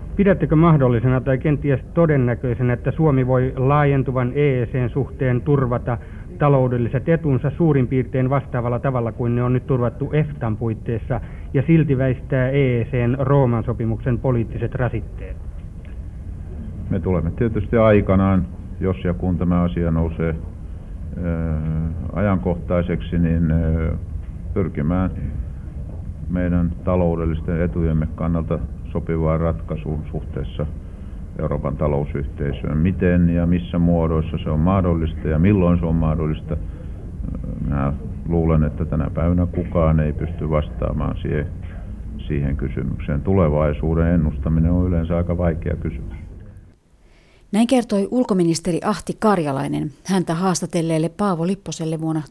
Pidättekö mahdollisena tai kenties todennäköisenä, että Suomi voi laajentuvan EEC:n suhteen turvata taloudelliset etunsa suurin piirtein vastaavalla tavalla kuin ne on nyt turvattu EFTAn puitteissa ja silti väistää EEC:n Rooman sopimuksen poliittiset rasitteet? Me tulemme tietysti aikanaan, jos ja kun tämä asia nousee ajankohtaiseksi, niin pyrkimään meidän taloudellisten etujemme kannalta sopivaan ratkaisuun suhteessa Euroopan talousyhteisöön. Miten ja missä muodoissa se on mahdollista ja milloin se on mahdollista. Minä luulen, että tänä päivänä kukaan ei pysty vastaamaan siihen kysymykseen. Tulevaisuuden ennustaminen on yleensä aika vaikea kysymys. Näin kertoi ulkoministeri Ahti Karjalainen häntä haastatelleelle Paavo Lipposelle vuonna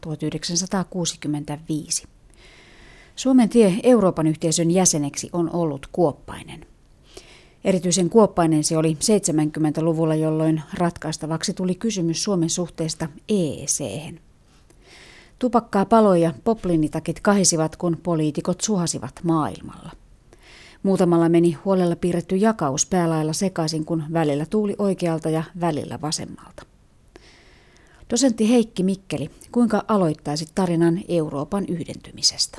1965. Suomen tie Euroopan yhteisön jäseneksi on ollut kuoppainen. Erityisen kuoppainen se oli 70-luvulla, jolloin ratkaistavaksi tuli kysymys Suomen suhteesta EEC:hen. Tupakkaa paloi ja poplinitakit kahisivat, kun poliitikot suhasivat maailmalla. Muutamalla meni huolella piirretty jakaus päälailla sekaisin, kun välillä tuuli oikealta ja välillä vasemmalta. Dosentti Heikki Mikkeli, kuinka aloittaisit tarinan Euroopan yhdentymisestä?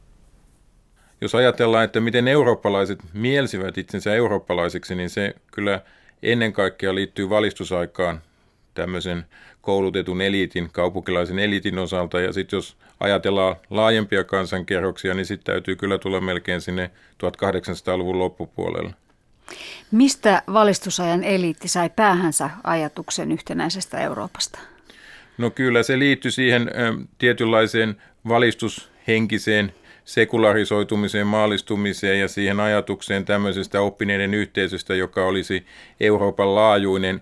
Jos ajatellaan, että miten eurooppalaiset mielsivät itsensä eurooppalaisiksi, niin se kyllä ennen kaikkea liittyy valistusaikaan tämmöisen koulutetun eliitin, kaupunkilaisen eliitin osalta. Ja sitten jos ajatellaan laajempia kansankerroksia, niin sitten täytyy kyllä tulla melkein sinne 1800-luvun loppupuolelle. Mistä valistusajan eliitti sai päähänsä ajatuksen yhtenäisestä Euroopasta? No kyllä se liittyi siihen tietynlaiseen valistushenkiseen sekularisoitumiseen, maallistumiseen ja siihen ajatukseen tämmöisestä oppineiden yhteisöstä, joka olisi Euroopan laajuinen.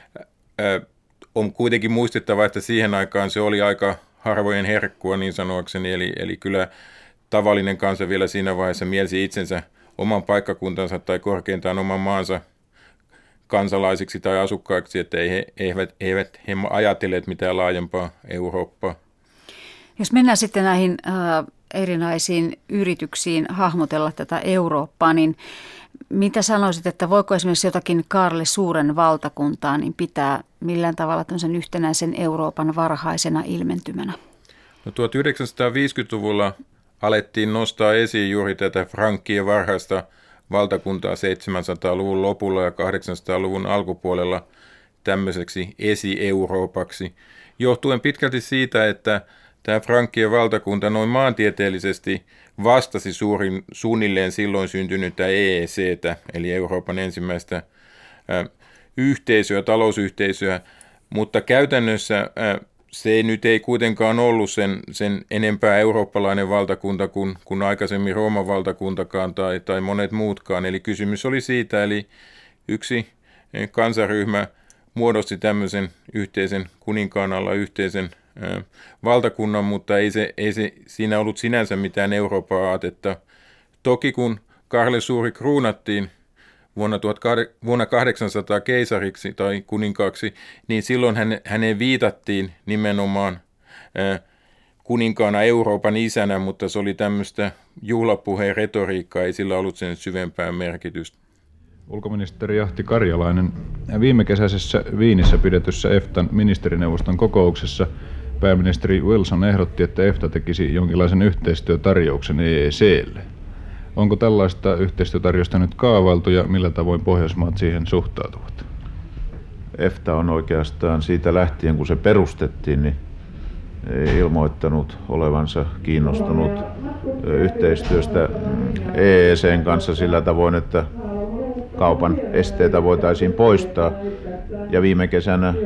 On kuitenkin muistettava, että siihen aikaan se oli aika harvojen herkkua niin sanoakseni, eli kyllä tavallinen kansa vielä siinä vaiheessa mielsi itsensä oman paikkakuntansa tai korkeintaan oman maansa kansalaisiksi tai asukkaiksi, että eivät he ajatelleet mitään laajempaa Eurooppaa. Jos mennään sitten näihin erinäisiin yrityksiin hahmotella tätä Eurooppaa, niin mitä sanoisit, että voiko esimerkiksi jotakin Kaarle Suuren valtakuntaa niin pitää millään tavalla tämmöisen yhtenäisen Euroopan varhaisena ilmentymänä? No 1950-luvulla alettiin nostaa esiin juuri tätä frankkien varhaista valtakuntaa 700-luvun lopulla ja 800-luvun alkupuolella tämmöiseksi esi-Euroopaksi, johtuen pitkälti siitä, että tämä frankkien valtakunta noin maantieteellisesti vastasi suunnilleen silloin syntynyttä EEC:tä, eli Euroopan ensimmäistä yhteisöä, talousyhteisöä, mutta käytännössä se nyt ei kuitenkaan ollut sen enempää eurooppalainen valtakunta kuin aikaisemmin Rooman valtakuntakaan tai monet muutkaan. Eli kysymys oli siitä, eli yksi kansaryhmä muodosti tämmöisen yhteisen kuninkaan alla yhteisen valtakunnan, mutta ei se siinä ollut sinänsä mitään Euroopan aatetta. Toki kun Kaarle Suuri kruunattiin vuonna 800 keisariksi tai kuninkaaksi, niin silloin häneen viitattiin nimenomaan kuninkaana Euroopan isänä, mutta se oli tämmöistä juhlapuheen retoriikkaa, ei sillä ollut sen syvempää merkitystä. Ulkoministeri Ahti Karjalainen, viime kesäisessä Viinissä pidetyssä EFTAn ministerineuvoston kokouksessa pääministeri Wilson ehdotti, että EFTA tekisi jonkinlaisen yhteistyötarjouksen EEC:lle. Onko tällaista yhteistyötarjousta nyt kaavailtu ja millä tavoin Pohjoismaat siihen suhtautuvat? EFTA on oikeastaan siitä lähtien, kun se perustettiin, niin ilmoittanut olevansa kiinnostunut yhteistyöstä EEC:n kanssa sillä tavoin, että kaupan esteitä voitaisiin poistaa. Ja viime kesänä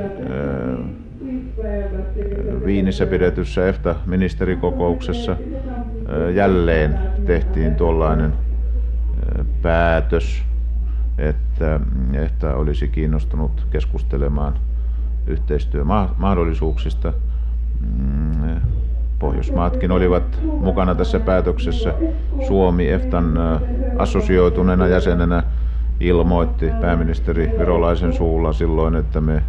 Viinissä pidetyssä EFTA-ministerikokouksessa jälleen tehtiin tuollainen päätös, että olisi kiinnostunut keskustelemaan yhteistyömahdollisuuksista. Pohjoismaatkin olivat mukana tässä päätöksessä. Suomi EFTAn assosioituneena jäsenenä ilmoitti pääministeri Virolaisen suulla silloin, että me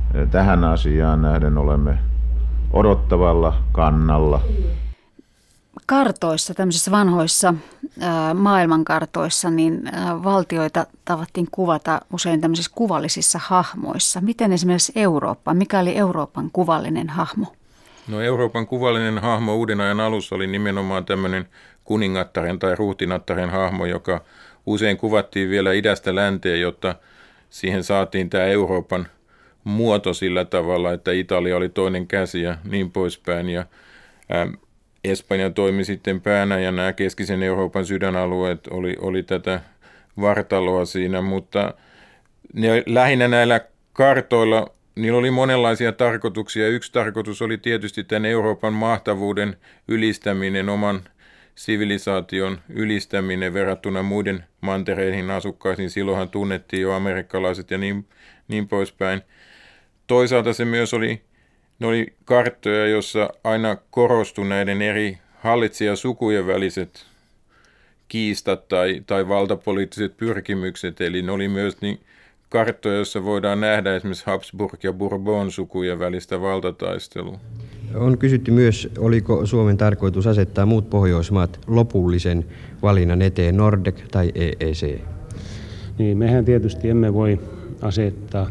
tähän asiaan nähden olemme odottavalla kannalla. kartoissa, tämmöisissä vanhoissa maailmankartoissa, niin valtioita tavattiin kuvata usein tämmöisissä kuvallisissa hahmoissa. Miten esimerkiksi Eurooppa? Mikä oli Euroopan kuvallinen hahmo? No Euroopan kuvallinen hahmo uuden ajan alussa oli nimenomaan tämmöinen kuningattaren tai ruhtinattaren hahmo, joka usein kuvattiin vielä idästä länteen, jotta siihen saatiin tämä Euroopan muoto sillä tavalla, että Italia oli toinen käsi ja niin poispäin. Ja Espanja toimi sitten päänä ja nämä keskisen Euroopan sydänalueet oli tätä vartaloa siinä, mutta lähinnä näillä kartoilla niillä oli monenlaisia tarkoituksia. Yksi tarkoitus oli tietysti tämän Euroopan mahtavuuden ylistäminen, oman sivilisaation ylistäminen verrattuna muiden mantereihin asukkaisiin. Silloinhan tunnettiin jo amerikkalaiset ja niin poispäin. Toisaalta se myös oli karttoja, jossa aina korostui näiden eri hallitsijasukujen väliset kiistat tai valtapoliittiset pyrkimykset. Eli ne oli myös niin karttoja, joissa voidaan nähdä esimerkiksi Habsburg- ja Bourbon-sukujen välistä valtataistelua. On kysytty myös, oliko Suomen tarkoitus asettaa muut Pohjoismaat lopullisen valinnan eteen, Nordek tai EEC? Niin, mehän tietysti emme voi asettaa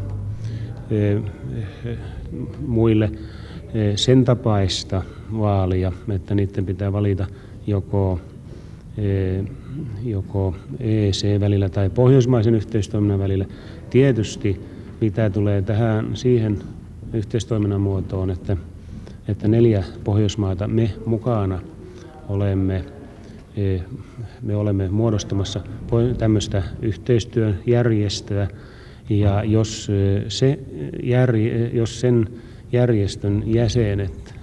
muille sen tapaista vaalia, että niiden pitää valita joko EEC-välillä tai pohjoismaisen yhteistoiminnan välillä. Tietysti mitä tulee siihen yhteistoiminnan muotoon, että 4 Pohjoismaata me mukana me olemme muodostamassa tämmöistä yhteistyöjärjestöä, ja jos sen järjestön jäsenet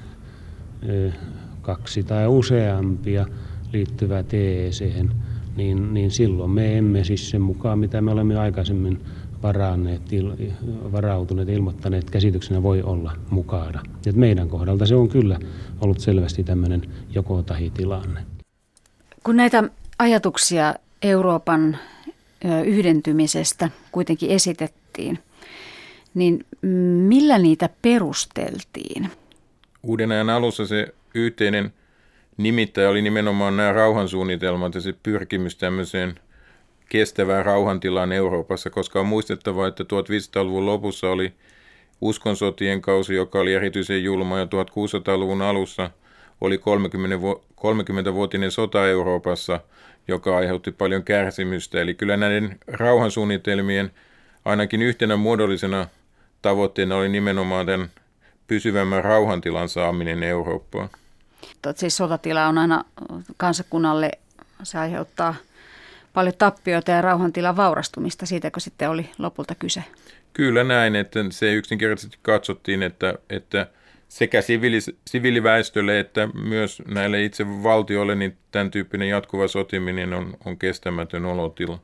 2 tai useampia liittyvät EEC:hen, niin silloin me emme siis sen mukaan, mitä me olemme aikaisemmin varautuneet ja ilmoittaneet käsityksenä, voi olla mukana. Et meidän kohdalta se on kyllä ollut selvästi tämmöinen joko-tahi-tilanne. Kun näitä ajatuksia Euroopan yhdentymisestä kuitenkin esitettiin, niin millä niitä perusteltiin? Uuden ajan alussa se yhteinen nimittäjä oli nimenomaan nämä rauhansuunnitelmat ja se pyrkimys tämmöiseen kestävään rauhantilaan Euroopassa, koska on muistettava, että 1500-luvun lopussa oli uskonsotien kausi, joka oli erityisen julma, ja 1600-luvun alussa oli 30-vuotinen sota Euroopassa, joka aiheutti paljon kärsimystä. Eli kyllä näiden rauhansuunnitelmien ainakin yhtenä muodollisena tavoitteena oli nimenomaan tämän pysyvämmän rauhantilan saaminen Eurooppaan. Siis sotatila on aina kansakunnalle, se aiheuttaa paljon tappioita ja rauhantilan vaurastumista. Siitäkö sitten oli lopulta kyse? Kyllä näin, että se yksinkertaisesti katsottiin, että sekä siviiliväestölle että myös näille itse valtioille niin tämän tyyppinen jatkuva sotiminen on kestämätön olotila.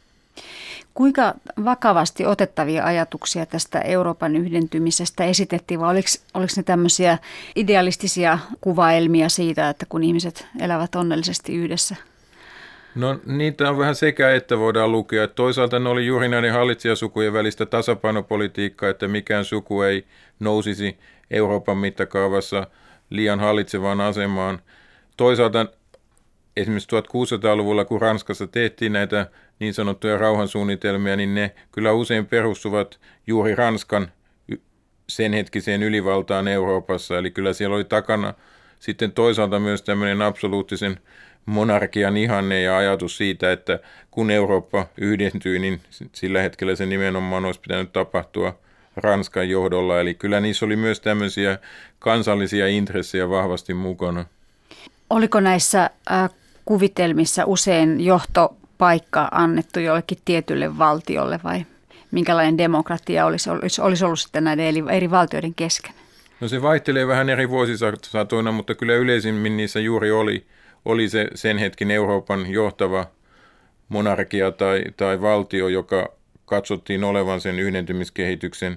Kuinka vakavasti otettavia ajatuksia tästä Euroopan yhdentymisestä esitettiin, vai oliko ne tämmöisiä idealistisia kuvaelmia siitä, että kun ihmiset elävät onnellisesti yhdessä? No niitä on vähän sekä että voidaan lukea. Toisaalta ne oli juuri näiden hallitsijasukujen välistä tasapainopolitiikkaa, että mikään suku ei nousisi Euroopan mittakaavassa liian hallitsevaan asemaan. Toisaalta esimerkiksi 1600-luvulla, kun Ranskassa tehtiin näitä niin sanottuja rauhansuunnitelmia, niin ne kyllä usein perustuvat juuri Ranskan sen hetkiseen ylivaltaan Euroopassa. Eli kyllä siellä oli takana sitten toisaalta myös tämmöinen absoluuttisen monarkian ihanne ja ajatus siitä, että kun Eurooppa yhdentyi, niin sillä hetkellä se nimenomaan olisi pitänyt tapahtua Ranskan johdolla. Eli kyllä niissä oli myös tämmöisiä kansallisia intressejä vahvasti mukana. Oliko näissä kuvitelmissa usein johtopaikka annettu jollekin tietylle valtiolle vai minkälainen demokratia olisi ollut sitten näiden eri valtioiden kesken? No se vaihtelee vähän eri vuosisatoina, mutta kyllä yleisimmin niissä juuri oli se sen hetken Euroopan johtava monarkia tai valtio, joka katsottiin olevan sen yhdentymiskehityksen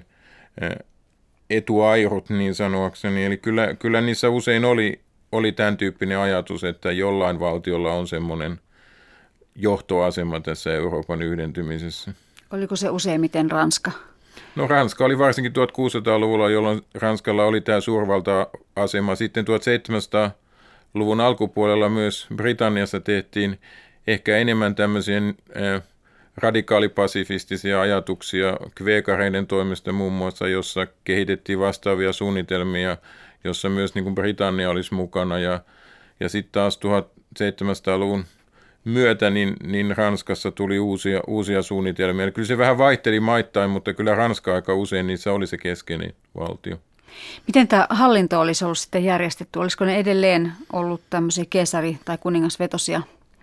etuairut niin sanoakseni. Eli kyllä niissä usein oli tämän tyyppinen ajatus, että jollain valtiolla on semmoinen johtoasema tässä Euroopan yhdentymisessä. Oliko se useimmiten Ranska? No Ranska oli varsinkin 1600-luvulla, jolloin Ranskalla oli tämä suurvalta-asema. Sitten 1700 luvun alkupuolella myös Britanniassa tehtiin ehkä enemmän tämmöisiä radikaalipasifistisia ajatuksia kveekareiden toimesta muun muassa, jossa kehitettiin vastaavia suunnitelmia, jossa myös niin kuin Britannia olisi mukana. Ja sitten taas 1700-luvun myötä niin Ranskassa tuli uusia suunnitelmia. Eli kyllä se vähän vaihteli maittain, mutta kyllä Ranska aika usein niissä oli se keskeinen valtio. Miten tämä hallinto olisi ollut sitten järjestetty? Olisiko ne edelleen ollut tämmöisiä keisari- tai kuningasvetosia?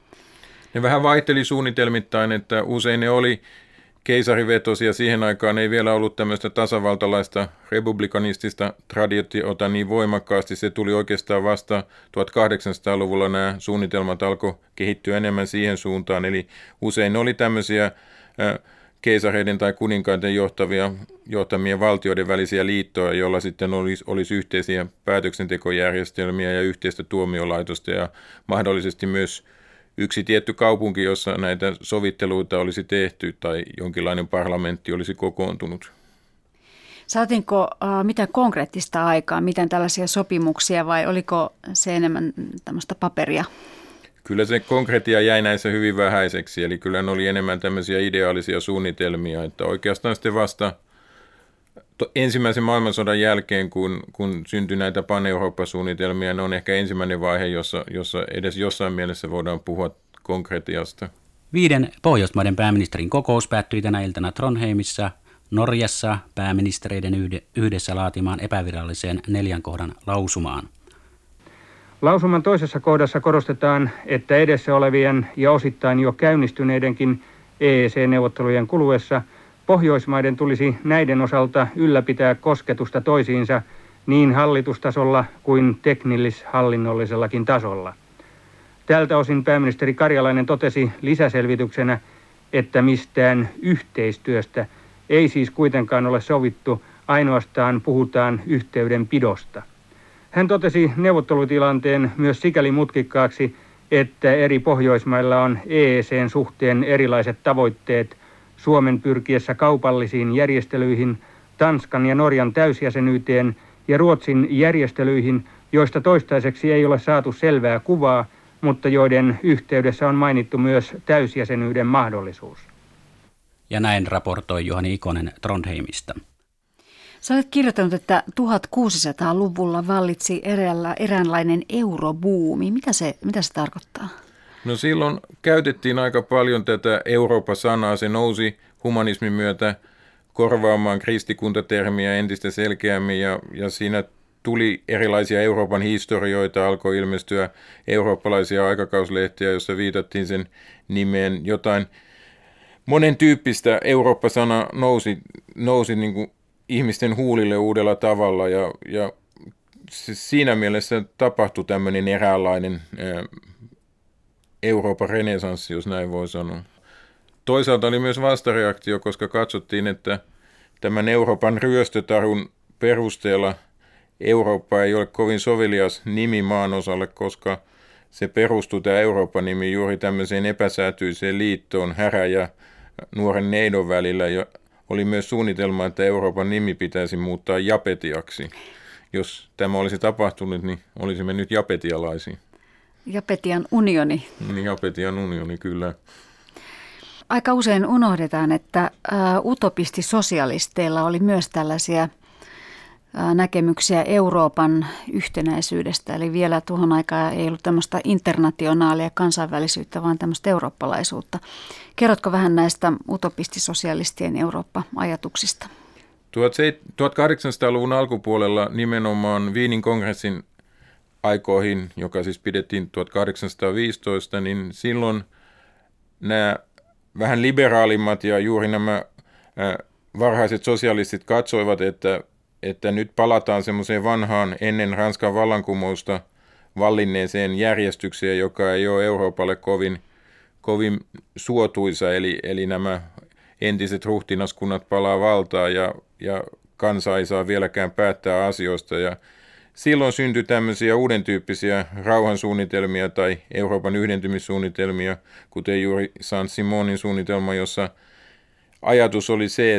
Ne vähän vaihteli suunnitelmittain, että usein ne oli keisarivetosia. Siihen aikaan ei vielä ollut tämmöistä tasavaltalaista republikanistista traditiota niin voimakkaasti. Se tuli oikeastaan vasta 1800-luvulla nämä suunnitelmat alkoi kehittyä enemmän siihen suuntaan. Eli usein oli tämmöisiä keisareiden tai kuninkaiden johtamia valtioiden välisiä liittoja, joilla sitten olisi yhteisiä päätöksentekojärjestelmiä ja yhteistä tuomiolaitosta ja mahdollisesti myös yksi tietty kaupunki, jossa näitä sovitteluita olisi tehty tai jonkinlainen parlamentti olisi kokoontunut. Saatiinko mitään konkreettista aikaa, mitään tällaisia sopimuksia vai oliko se enemmän tämmöistä paperia? Kyllä se konkreettia jäi näissä hyvin vähäiseksi, eli kyllä ne oli enemmän tämmöisiä ideaalisia suunnitelmia, että oikeastaan sitten vasta ensimmäisen maailmansodan jälkeen, kun syntyi näitä pan-Eurooppa-suunnitelmia, ne on ehkä ensimmäinen vaihe, jossa edes jossain mielessä voidaan puhua konkretiasta. 5 Pohjoismaiden pääministerin kokous päättyi tänä iltana Trondheimissa, Norjassa pääministereiden yhdessä laatimaan epäviralliseen 4 kohdan lausumaan. Lausuman toisessa kohdassa korostetaan, että edessä olevien ja osittain jo käynnistyneidenkin EEC-neuvottelujen kuluessa Pohjoismaiden tulisi näiden osalta ylläpitää kosketusta toisiinsa niin hallitustasolla kuin teknillis-hallinnollisellakin tasolla. Tältä osin pääministeri Karjalainen totesi lisäselvityksenä, että mistään yhteistyöstä ei siis kuitenkaan ole sovittu, ainoastaan puhutaan yhteydenpidosta. Hän totesi neuvottelutilanteen myös sikäli mutkikkaaksi, että eri Pohjoismailla on EEC:n suhteen erilaiset tavoitteet Suomen pyrkiessä kaupallisiin järjestelyihin, Tanskan ja Norjan täysjäsenyyteen ja Ruotsin järjestelyihin, joista toistaiseksi ei ole saatu selvää kuvaa, mutta joiden yhteydessä on mainittu myös täysjäsenyyden mahdollisuus. Ja näin raportoi Juhani Ikonen Trondheimista. Sä olet kirjoittanut, että 1600-luvulla vallitsi eräänlainen eurobuumi. Mitä se tarkoittaa? No silloin käytettiin aika paljon tätä Eurooppa-sanaa. Se nousi humanismin myötä korvaamaan kristikuntatermiä entistä selkeämmin ja siinä tuli erilaisia Euroopan historioita, alkoi ilmestyä eurooppalaisia aikakauslehtiä, joissa viitattiin sen nimeen jotain. Monen tyyppistä Eurooppa-sana nousi niin kuin ihmisten huulille uudella tavalla ja siinä mielessä tapahtui tämmöinen eräänlainen Euroopan renesanssi, jos näin voi sanoa. Toisaalta oli myös vastareaktio, koska katsottiin, että tämän Euroopan ryöstötarun perusteella Eurooppa ei ole kovin sovelias nimi maanosalle, koska se perustuu tämä Eurooppa-nimi juuri tämmöiseen epäsäätyiseen liittoon Härä ja nuoren neidon välillä. Ja oli myös suunnitelma, että Euroopan nimi pitäisi muuttaa Japetiaksi. Jos tämä olisi tapahtunut, niin olisimme nyt japetialaisia. Japetian unioni. Niin, Japetian unioni, kyllä. Aika usein unohdetaan, että utopistisosialisteilla oli myös tällaisia näkemyksiä Euroopan yhtenäisyydestä. Eli vielä tuohon aikaan ei ollut tämmöistä internationaalia kansainvälisyyttä, vaan tämmöistä eurooppalaisuutta. Kerrotko vähän näistä utopistisosialistien Eurooppa-ajatuksista? 1800-luvun alkupuolella nimenomaan Wienin kongressin aikoihin, joka siis pidettiin 1815, niin silloin nämä vähän liberaalimmat ja juuri nämä varhaiset sosialistit katsoivat, että nyt palataan semmoiseen vanhaan ennen Ranskan vallankumousta vallinneeseen järjestykseen, joka ei ole Euroopalle kovin suotuisa, eli nämä entiset ruhtinaskunnat palaa valtaan ja kansa ei saa vieläkään päättää asioista. Ja silloin syntyi tämmöisiä uuden tyyppisiä rauhansuunnitelmia tai Euroopan yhdentymissuunnitelmia, kuten juuri Saint-Simonin suunnitelma, jossa ajatus oli se,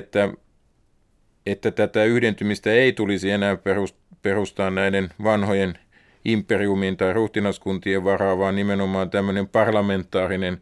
että tätä yhdentymistä ei tulisi enää perustaa näiden vanhojen imperiumin tai ruhtinaskuntien varaa, vaan nimenomaan tämmöinen parlamentaarinen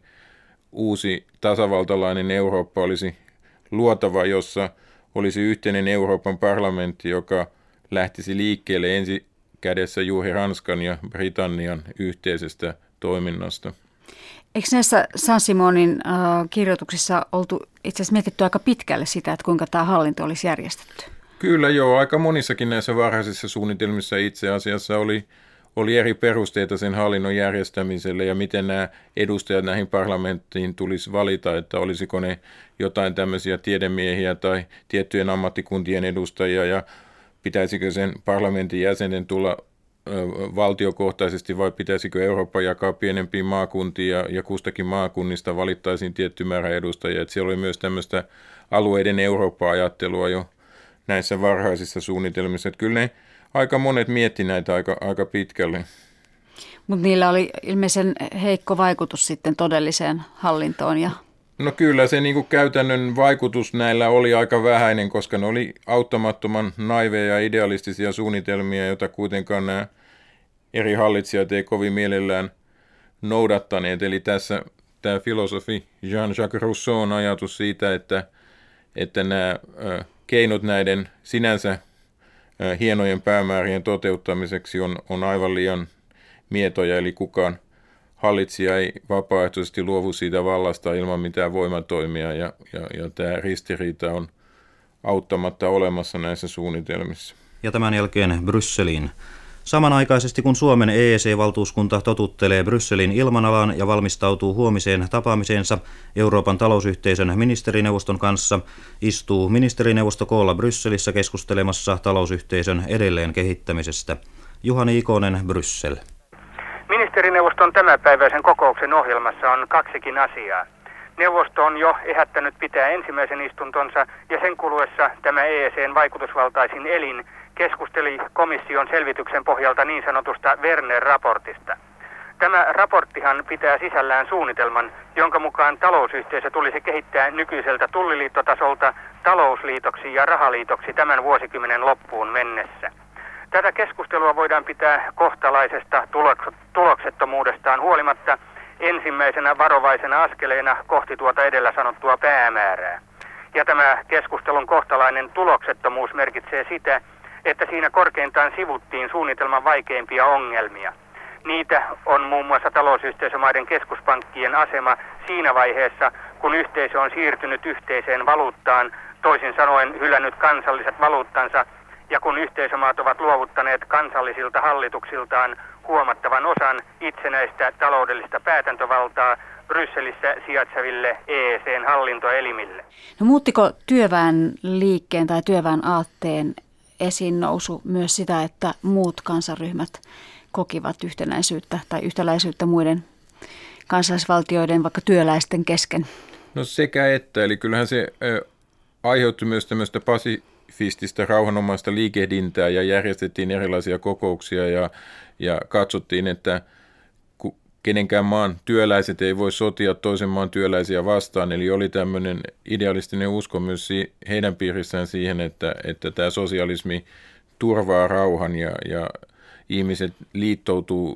uusi tasavaltalainen Eurooppa olisi luotava, jossa olisi yhteinen Euroopan parlamentti, joka lähtisi liikkeelle ensi kädessä juuri Ranskan ja Britannian yhteisestä toiminnasta. Eikö näissä Saint-Simonin kirjoituksissa oltu itse asiassa mietitty aika pitkälle sitä, että kuinka tämä hallinto olisi järjestetty? Kyllä joo, aika monissakin näissä varhaisissa suunnitelmissa itse asiassa oli eri perusteita sen hallinnon järjestämiselle ja miten nämä edustajat näihin parlamenttiin tulisi valita, että olisiko ne jotain tämmöisiä tiedemiehiä tai tiettyjen ammattikuntien edustajia ja pitäisikö sen parlamentin jäsenen tulla valtiokohtaisesti vai pitäisikö Eurooppa jakaa pienempiin maakuntiin ja kustakin maakunnista valittaisiin tietty määrä edustajia. Että siellä oli myös tämmöistä alueiden Eurooppa-ajattelua jo näissä varhaisissa suunnitelmissa. Että kyllä ne aika monet mietti näitä aika pitkälle. Mutta niillä oli ilmeisen heikko vaikutus sitten todelliseen hallintoon. No kyllä se niin kuin käytännön vaikutus näillä oli aika vähäinen, koska ne oli auttamattoman naiveja ja idealistisia suunnitelmia, joita kuitenkaan nämä eri hallitsijat ei kovin mielellään noudattaneet. Eli tässä tämä filosofi Jean-Jacques Rousseaun ajatus siitä, että nämä keinot näiden sinänsä hienojen päämäärien toteuttamiseksi on aivan liian mietoja, eli kukaan hallitsija ei vapaaehtoisesti luovu siitä vallasta ilman mitään voimatoimia, ja tämä ristiriita on auttamatta olemassa näissä suunnitelmissa. Ja tämän jälkeen Brysseliin. Samanaikaisesti kun Suomen EEC-valtuuskunta totuttelee Brysselin ilmanalaan ja valmistautuu huomiseen tapaamiseensa Euroopan talousyhteisön ministerineuvoston kanssa, istuu ministerineuvosto koolla Brysselissä keskustelemassa talousyhteisön edelleen kehittämisestä. Juhani Ikonen, Bryssel. Ministerineuvoston tämänpäiväisen kokouksen ohjelmassa on kaksikin asiaa. Neuvosto on jo ehättänyt pitää ensimmäisen istuntonsa ja sen kuluessa tämä EEC:n vaikutusvaltaisin elin keskusteli komission selvityksen pohjalta niin sanotusta Werner-raportista. Tämä raporttihan pitää sisällään suunnitelman, jonka mukaan talousyhteisö tulisi kehittää nykyiseltä tulliliittotasolta talousliitoksi ja rahaliitoksi tämän vuosikymmenen loppuun mennessä. Tätä keskustelua voidaan pitää kohtalaisesta tuloksettomuudestaan huolimatta ensimmäisenä varovaisena askeleena kohti tuota edellä sanottua päämäärää. Ja tämä keskustelun kohtalainen tuloksettomuus merkitsee sitä, että siinä korkeintaan sivuttiin suunnitelman vaikeimpia ongelmia. Niitä on muun muassa talousyhteisömaiden keskuspankkien asema siinä vaiheessa, kun yhteisö on siirtynyt yhteiseen valuuttaan, toisin sanoen hylännyt kansalliset valuuttansa, ja kun yhteisömaat ovat luovuttaneet kansallisilta hallituksiltaan huomattavan osan itsenäistä taloudellista päätäntövaltaa Brysselissä sijaitseville EEC:n hallintoelimille. No, muuttiko työväen liikkeen tai työväen aatteen esiin nousu myös sitä, että muut kansanryhmät kokivat yhtenäisyyttä tai yhtäläisyyttä muiden kansallisvaltioiden, vaikka työläisten kesken? No sekä että, eli kyllähän se aiheutti myös tämmöistä pasifistista rauhanomaista liikehdintää ja järjestettiin erilaisia kokouksia ja katsottiin, että kenenkään maan työläiset ei voi sotia toisen maan työläisiä vastaan, eli oli tämmöinen idealistinen usko myös heidän piirissään siihen, että tämä sosialismi turvaa rauhan ja ihmiset liittoutuu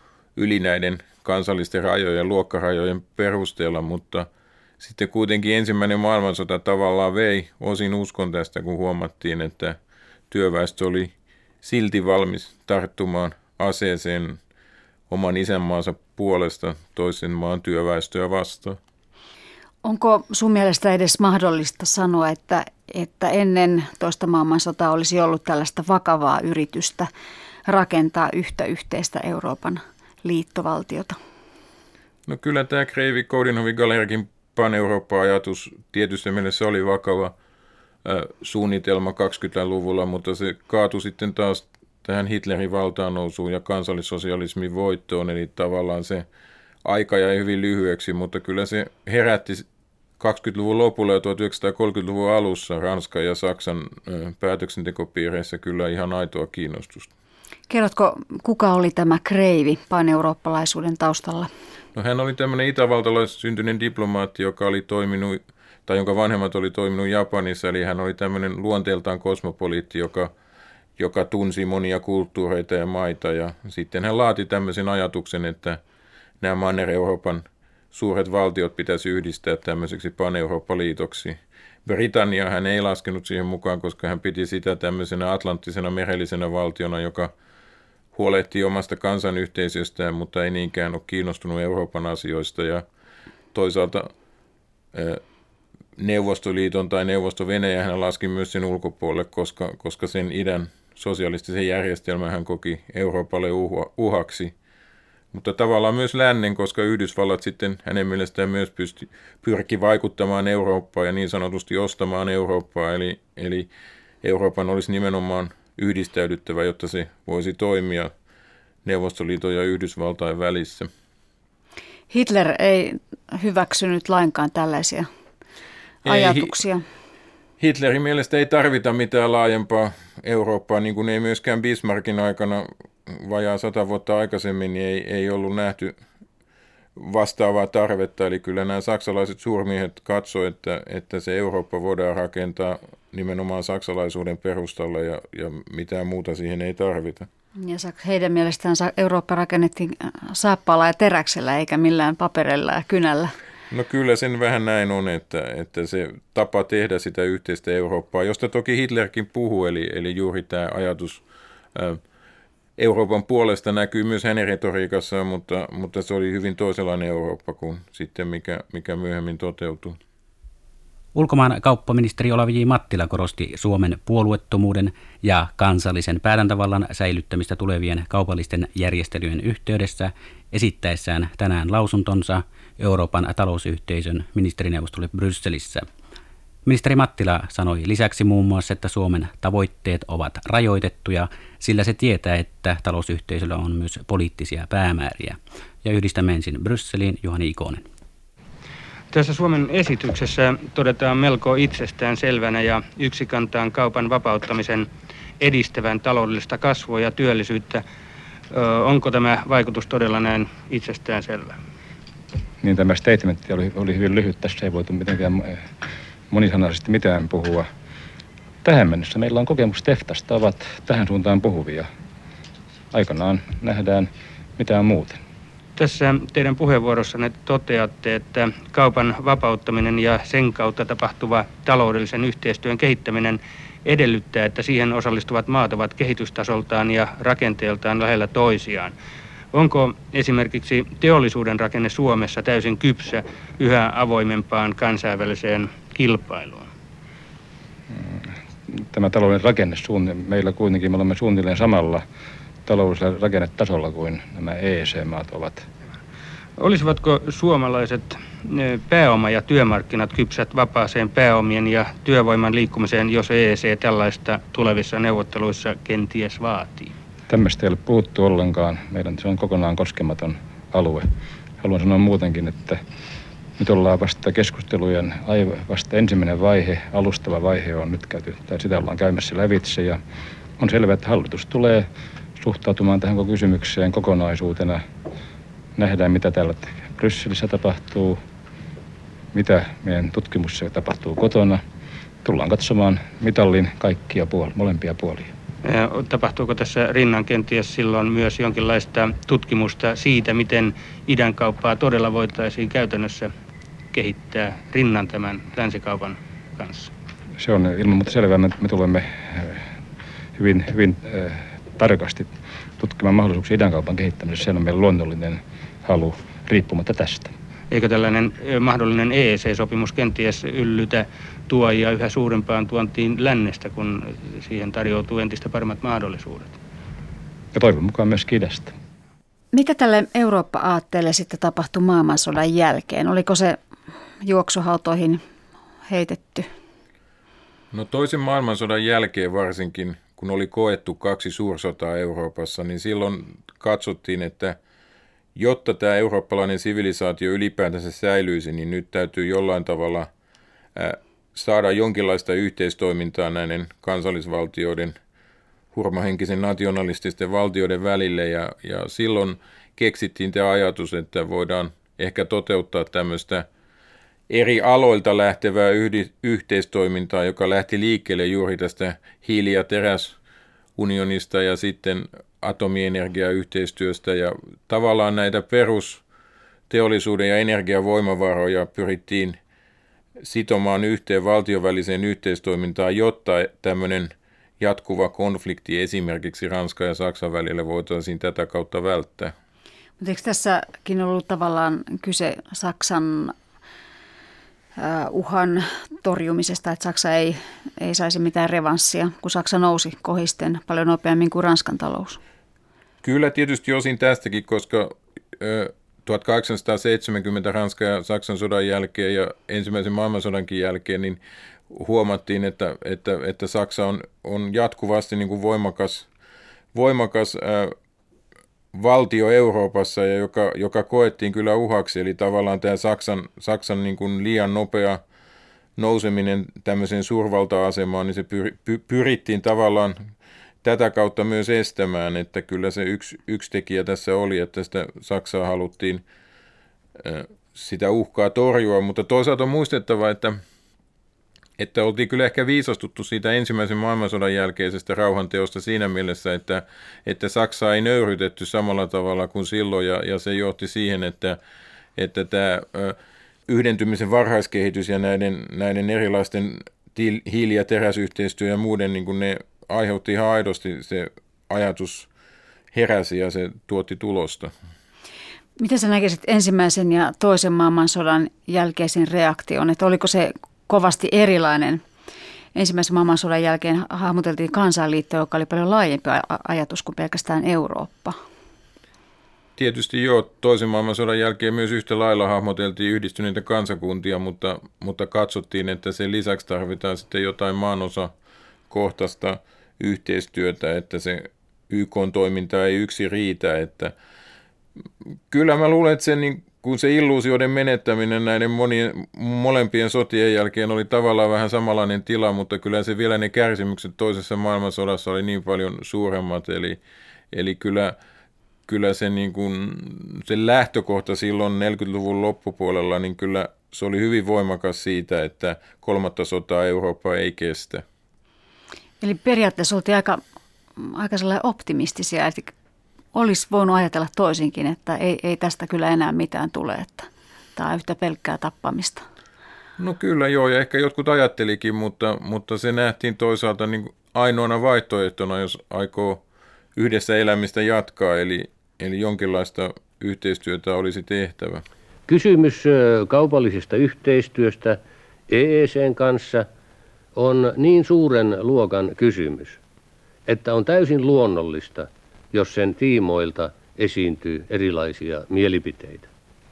yli näiden kansallisten rajojen, luokkarajojen perusteella, mutta sitten kuitenkin ensimmäinen maailmansota tavallaan vei osin uskon tästä, kun huomattiin, että työväestö oli silti valmis tarttumaan aseeseen oman isänmaansa puolesta toisen maan työväestöä vastaan. Onko sun mielestä edes mahdollista sanoa, että ennen toista maailmansotaa olisi ollut tällaista vakavaa yritystä rakentaa yhtä yhteistä Euroopan liittovaltiota? No kyllä tämä Kreivi-Koudinhovi-Galeriakin pan-Eurooppa-ajatus tietysti mielessä oli vakava suunnitelma 20-luvulla, mutta se kaatui sitten taas tähän Hitlerin valtaannousuun ja kansallissosialismin voittoon, eli tavallaan se aika jäi hyvin lyhyeksi, mutta kyllä se herätti 20-luvun lopulla ja 1930-luvun alussa Ranskan ja Saksan päätöksentekopiireissä kyllä ihan aitoa kiinnostusta. Kerrotko, kuka oli tämä Kreivi pan-eurooppalaisuuden taustalla? No hän oli tämmöinen itävaltalaisen syntyinen diplomaatti, joka oli toiminut, tai jonka vanhemmat oli toiminut Japanissa, eli hän oli tämmöinen luonteeltaan kosmopoliitti, joka tunsi monia kulttuureita ja maita. Ja sitten hän laati tämmöisen ajatuksen, että nämä Manner-Euroopan suuret valtiot pitäisi yhdistää tämmöiseksi Pan-Eurooppa-liitoksi. Britannia hän ei laskenut siihen mukaan, koska hän piti sitä tämmöisenä atlanttisena merellisenä valtiona, joka huolehtii omasta kansanyhteisöstään, mutta ei niinkään ole kiinnostunut Euroopan asioista. Ja toisaalta Neuvostoliiton tai Neuvosto-Venäjä hän laski myös sen ulkopuolelle, koska sen idän sosialistisen järjestelmän hän koki Euroopalle uhaksi. Mutta tavallaan myös lännen, koska Yhdysvallat sitten hänen mielestään myös pyrki vaikuttamaan Eurooppaan ja niin sanotusti ostamaan Eurooppaa. Eli Euroopan olisi nimenomaan yhdistäydyttävä, jotta se voisi toimia Neuvostoliiton ja Yhdysvaltain välissä. Hitler ei hyväksynyt lainkaan tällaisia ajatuksia. Hitlerin mielestä ei tarvita mitään laajempaa Eurooppaa, niin kuin ei myöskään Bismarckin aikana vajaa 100 vuotta aikaisemmin, niin ei ollut nähty vastaavaa tarvetta. Eli kyllä nämä saksalaiset suurmiehet katsoivat, että se Eurooppa voidaan rakentaa nimenomaan saksalaisuuden perustalla ja mitään muuta siihen ei tarvita. Ja heidän mielestään Eurooppa rakennettiin saappaalla ja teräksellä eikä millään paperilla ja kynällä. No kyllä sen vähän näin on, että se tapa tehdä sitä yhteistä Eurooppaa, josta toki Hitlerkin puhuu, eli juuri tämä ajatus Euroopan puolesta näkyy myös hänen retoriikassaan, mutta se oli hyvin toisenlainen Eurooppa kuin sitten mikä myöhemmin toteutui. Ulkomaan kauppaministeri Olavi J. Mattila korosti Suomen puolueettomuuden ja kansallisen päätäntävallan säilyttämistä tulevien kaupallisten järjestelyjen yhteydessä esittäessään tänään lausuntonsa Euroopan talousyhteisön ministerineuvostolle Brysselissä. Ministeri Mattila sanoi lisäksi muun muassa, että Suomen tavoitteet ovat rajoitettuja, sillä se tietää, että talousyhteisöllä on myös poliittisia päämääriä. Ja yhdistämme ensin Brysseliin Juhani Ikonen. Tässä Suomen esityksessä todetaan melko itsestään selvänä ja yksikantaan kaupan vapauttamisen edistävän taloudellista kasvua ja työllisyyttä. Onko tämä vaikutus todella näin itsestään selvä? Niin, tämä statementti oli hyvin lyhyt. Tässä ei voitu mitenkään monisanaisesti mitään puhua. Tähän mennessä meillä on kokemukset EFTAsta ovat tähän suuntaan puhuvia. Aikanaan nähdään mitään muuten. Tässä teidän puheenvuorossanne toteatte, että kaupan vapauttaminen ja sen kautta tapahtuva taloudellisen yhteistyön kehittäminen edellyttää, että siihen osallistuvat maat ovat kehitystasoltaan ja rakenteeltaan lähellä toisiaan. Onko esimerkiksi teollisuuden rakenne Suomessa täysin kypsä yhä avoimempaan kansainväliseen kilpailuun? Tämä talouden rakenne, meillä kuitenkin me olemme suunnilleen samalla taloudellisella rakennetasolla kuin nämä EEC-maat ovat. Olisivatko suomalaiset pääoma- ja työmarkkinat kypsät vapaaseen pääomien ja työvoiman liikkumiseen, jos EEC tällaista tulevissa neuvotteluissa kenties vaatii? Tämmöistä ei ole puhuttu ollenkaan. Se on kokonaan koskematon alue. Haluan sanoa muutenkin, että nyt ollaan vasta keskustelujen vasta ensimmäinen vaihe, alustava vaihe on nyt käyty, tai sitä ollaan käymässä lävitse ja on selvää, että hallitus tulee suhtautumaan tähän kysymykseen kokonaisuutena. Nähdään, mitä täällä Brysselissä tapahtuu, mitä meidän tutkimuksessa tapahtuu kotona. Tullaan katsomaan mitallin kaikkia molempia puolia. Tapahtuuko tässä rinnan kenties silloin myös jonkinlaista tutkimusta siitä, miten idän kauppaa todella voitaisiin käytännössä kehittää rinnan tämän länsikaupan kanssa? Se on ilman muuta selvää. Me tulemme hyvin tarkasti tutkimaan mahdollisuuksia idänkaupan kehittämisessä. Se on meidän luonnollinen halu riippumatta tästä. Eikö tällainen mahdollinen EEC-sopimus kenties yllytä tuojia yhä suurempaan tuontiin lännestä, kun siihen tarjoutuu entistä paremmat mahdollisuudet? Ja toivon mukaan myös idästä. Mitä tälle Eurooppa-aatteelle sitten tapahtui maailmansodan jälkeen? Oliko se juoksuhautoihin heitetty? No toisen maailmansodan jälkeen varsinkin, kun oli koettu 2 suursotaa Euroopassa, niin silloin katsottiin, että jotta tämä eurooppalainen sivilisaatio ylipäätänsä säilyisi, niin nyt täytyy jollain tavalla saada jonkinlaista yhteistoimintaa näiden kansallisvaltioiden, hurmahenkisen nationalististen valtioiden välille. Ja silloin keksittiin tämä ajatus, että voidaan ehkä toteuttaa tämmöistä eri aloilta lähtevää yhteistoimintaa, joka lähti liikkeelle juuri tästä hiili- ja unionista ja sitten atomienergiayhteistyöstä. Ja tavallaan näitä perusteollisuuden ja energiavoimavaroja pyrittiin sitomaan yhteen valtionväliseen yhteistoimintaan, jotta tämmöinen jatkuva konflikti esimerkiksi Ranskan ja Saksan välillä voitaisiin tätä kautta välttää. Mutta eikö tässäkin ollut tavallaan kyse Saksan uhan torjumisesta, että Saksa ei saisi mitään revanssia, kun Saksa nousi kohisten paljon nopeammin kuin Ranskan talous? Kyllä tietysti osin tästäkin, koska 1870 Ranskan ja Saksan sodan jälkeen ja ensimmäisen maailmansodankin jälkeen niin huomattiin, että Saksa on jatkuvasti niin kuin voimakas valtio Euroopassa, ja joka koettiin kyllä uhaksi, eli tavallaan tämä Saksan niin kuin liian nopea nouseminen tämmöiseen suurvalta-asemaan, niin se pyrittiin tavallaan tätä kautta myös estämään, että kyllä se yksi tekijä tässä oli, että sitä Saksaa haluttiin sitä uhkaa torjua, mutta toisaalta on muistettava, että oltiin kyllä ehkä viisastuttu siitä ensimmäisen maailmansodan jälkeisestä rauhanteosta siinä mielessä, että Saksaa ei nöyrytetty samalla tavalla kuin silloin, ja se johti siihen, että tämä yhdentymisen varhaiskehitys ja näiden erilaisten hiili- ja teräsyhteistyö ja muiden, niin kuin ne aiheutti ihan aidosti, se ajatus heräsi ja se tuotti tulosta. Miten sä näkisit ensimmäisen ja toisen maailmansodan jälkeisen reaktion, että oliko se kovasti erilainen? Ensimmäisen maailmansodan jälkeen hahmoteltiin kansainliitto, joka oli paljon laajempi ajatus kuin pelkästään Eurooppa. Tietysti joo, toisen maailmansodan jälkeen myös yhtä lailla hahmoteltiin yhdistyneitä kansakuntia, mutta katsottiin, että sen lisäksi tarvitaan sitten jotain maanosakohtaista yhteistyötä, että se YK-toiminta ei yksin riitä. Että kyllä mä luulen, että kun se illuusioiden menettäminen näiden molempien sotien jälkeen oli tavallaan vähän samanlainen tila, mutta kyllä se vielä ne kärsimykset toisessa maailmansodassa oli niin paljon suuremmat, eli kyllä se, niin kuin, se lähtökohta silloin 40-luvun loppupuolella, niin kyllä se oli hyvin voimakas siitä, että kolmatta sotaa Eurooppa ei kestä. Eli periaatteessa oltiin aika sellainen optimistisia, että olisi voinut ajatella toisinkin, että ei tästä kyllä enää mitään tule, että tämä on yhtä pelkkää tappamista. No kyllä joo, ja ehkä jotkut ajattelikin, mutta se nähtiin toisaalta niin kuin ainoana vaihtoehtona, jos aikoo yhdessä elämistä jatkaa, eli jonkinlaista yhteistyötä olisi tehtävä. Kysymys kaupallisesta yhteistyöstä EEC:n kanssa on niin suuren luokan kysymys, että on täysin luonnollista, jos sen tiimoilta esiintyy erilaisia mielipiteitä.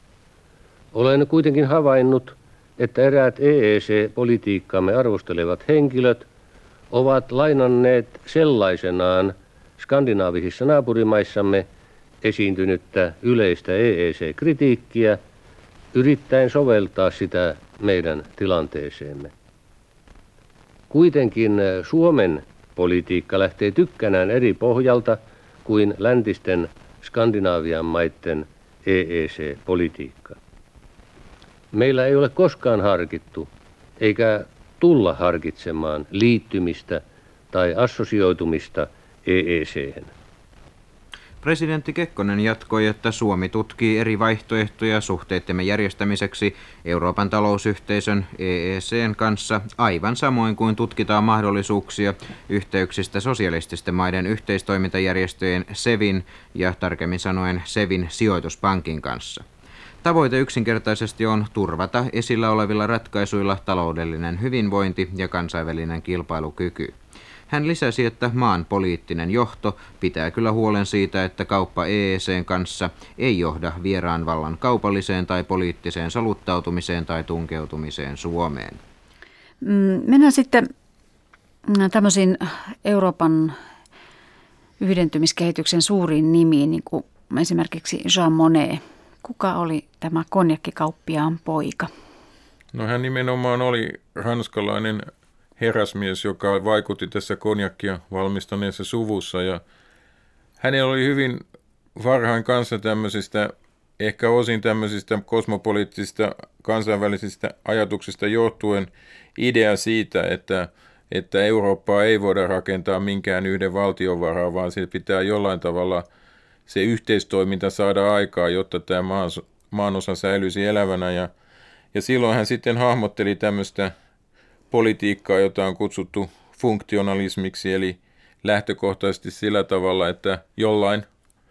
Olen kuitenkin havainnut, että eräät EEC-politiikkaamme arvostelevat henkilöt ovat lainanneet sellaisenaan skandinaavisissa naapurimaissamme esiintynyttä yleistä EEC-kritiikkiä, yrittäen soveltaa sitä meidän tilanteeseemme. Kuitenkin Suomen politiikka lähtee tykkänään eri pohjalta kuin läntisten Skandinaavian maiden EEC-politiikka. Meillä ei ole koskaan harkittu, eikä tulla harkitsemaan liittymistä tai assosioitumista EEC:hen. Presidentti Kekkonen jatkoi, että Suomi tutkii eri vaihtoehtoja suhteittemme järjestämiseksi Euroopan talousyhteisön EEC:n kanssa, aivan samoin kuin tutkitaan mahdollisuuksia yhteyksistä sosialististen maiden yhteistoimintajärjestöjen SEVin ja tarkemmin sanoen SEVin sijoituspankin kanssa. Tavoite yksinkertaisesti on turvata esillä olevilla ratkaisuilla taloudellinen hyvinvointi ja kansainvälinen kilpailukyky. Hän lisäsi, että maan poliittinen johto pitää kyllä huolen siitä, että kauppa EEC:n kanssa ei johda vieraan vallan kaupalliseen tai poliittiseen soluttautumiseen tai tunkeutumiseen Suomeen. Mennään sitten tämmöisiin Euroopan yhdentymiskehityksen suuriin nimiin, niin kuin esimerkiksi Jean Monnet. Kuka oli tämä konjakkikauppiaan poika? No hän nimenomaan oli ranskalainen herrasmies, joka vaikutti tässä konjakkia valmistaneessa suvussa, ja hänellä oli hyvin varhain kanssa tämmöisistä, ehkä osin tämmöisistä kosmopoliittisista kansainvälisistä ajatuksista johtuen idea siitä, että Eurooppaa ei voida rakentaa minkään yhden valtion varaan, vaan se pitää jollain tavalla se yhteistoiminta saada aikaa, jotta tämä maanosa säilyisi elävänä. Ja silloin hän sitten hahmotteli tämmöistä politiikkaa, jota on kutsuttu funktionalismiksi, eli lähtökohtaisesti sillä tavalla, että jollain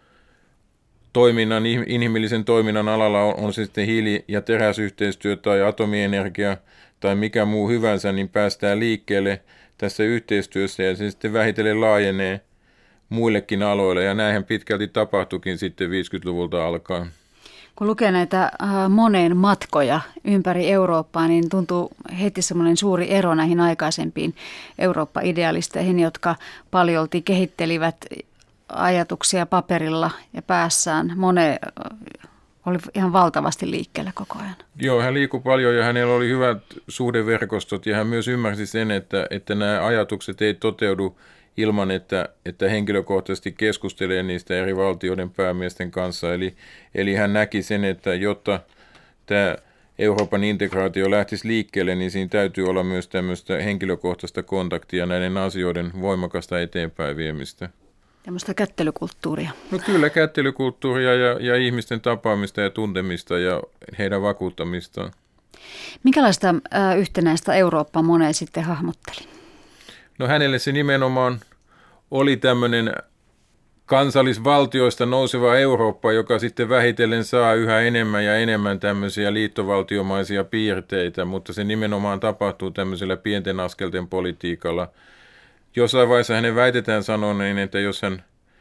inhimillisen toiminnan alalla on se sitten hiili- ja teräsyhteistyö tai atomienergia tai mikä muu hyvänsä, niin päästään liikkeelle tässä yhteistyössä ja se sitten vähitellen laajenee muillekin aloille ja näinhän pitkälti tapahtuikin sitten 50-luvulta alkaen. Kun lukee näitä moneen matkoja ympäri Eurooppaa, niin tuntuu heti semmoinen suuri ero näihin aikaisempiin Eurooppa-idealisteihin, jotka paljolti kehittelivät ajatuksia paperilla ja päässään. Mone oli ihan valtavasti liikkeellä koko ajan. Joo, hän liikkui paljon ja hänellä oli hyvät suhdeverkostot ja hän myös ymmärsi sen, että nämä ajatukset ei toteudu ilman, että henkilökohtaisesti keskustelee niistä eri valtioiden päämiesten kanssa. Eli hän näki sen, että jotta tämä Euroopan integraatio lähtisi liikkeelle, niin siinä täytyy olla myös tämmöistä henkilökohtaista kontaktia näiden asioiden voimakasta eteenpäin viemistä. Tämmöistä kättelykulttuuria. No kyllä, kättelykulttuuria ja ihmisten tapaamista ja tuntemista ja heidän vakuuttamistaan. Minkälaista yhtenäistä Eurooppaa Monet sitten hahmotteli? No hänelle se nimenomaan oli tämmöinen kansallisvaltioista nouseva Eurooppa, joka sitten vähitellen saa yhä enemmän ja enemmän tämmöisiä liittovaltiomaisia piirteitä, mutta se nimenomaan tapahtuu tämmöisellä pienten askelten politiikalla. Jossain vaiheessa hänen väitetään sanoneen, että jos hän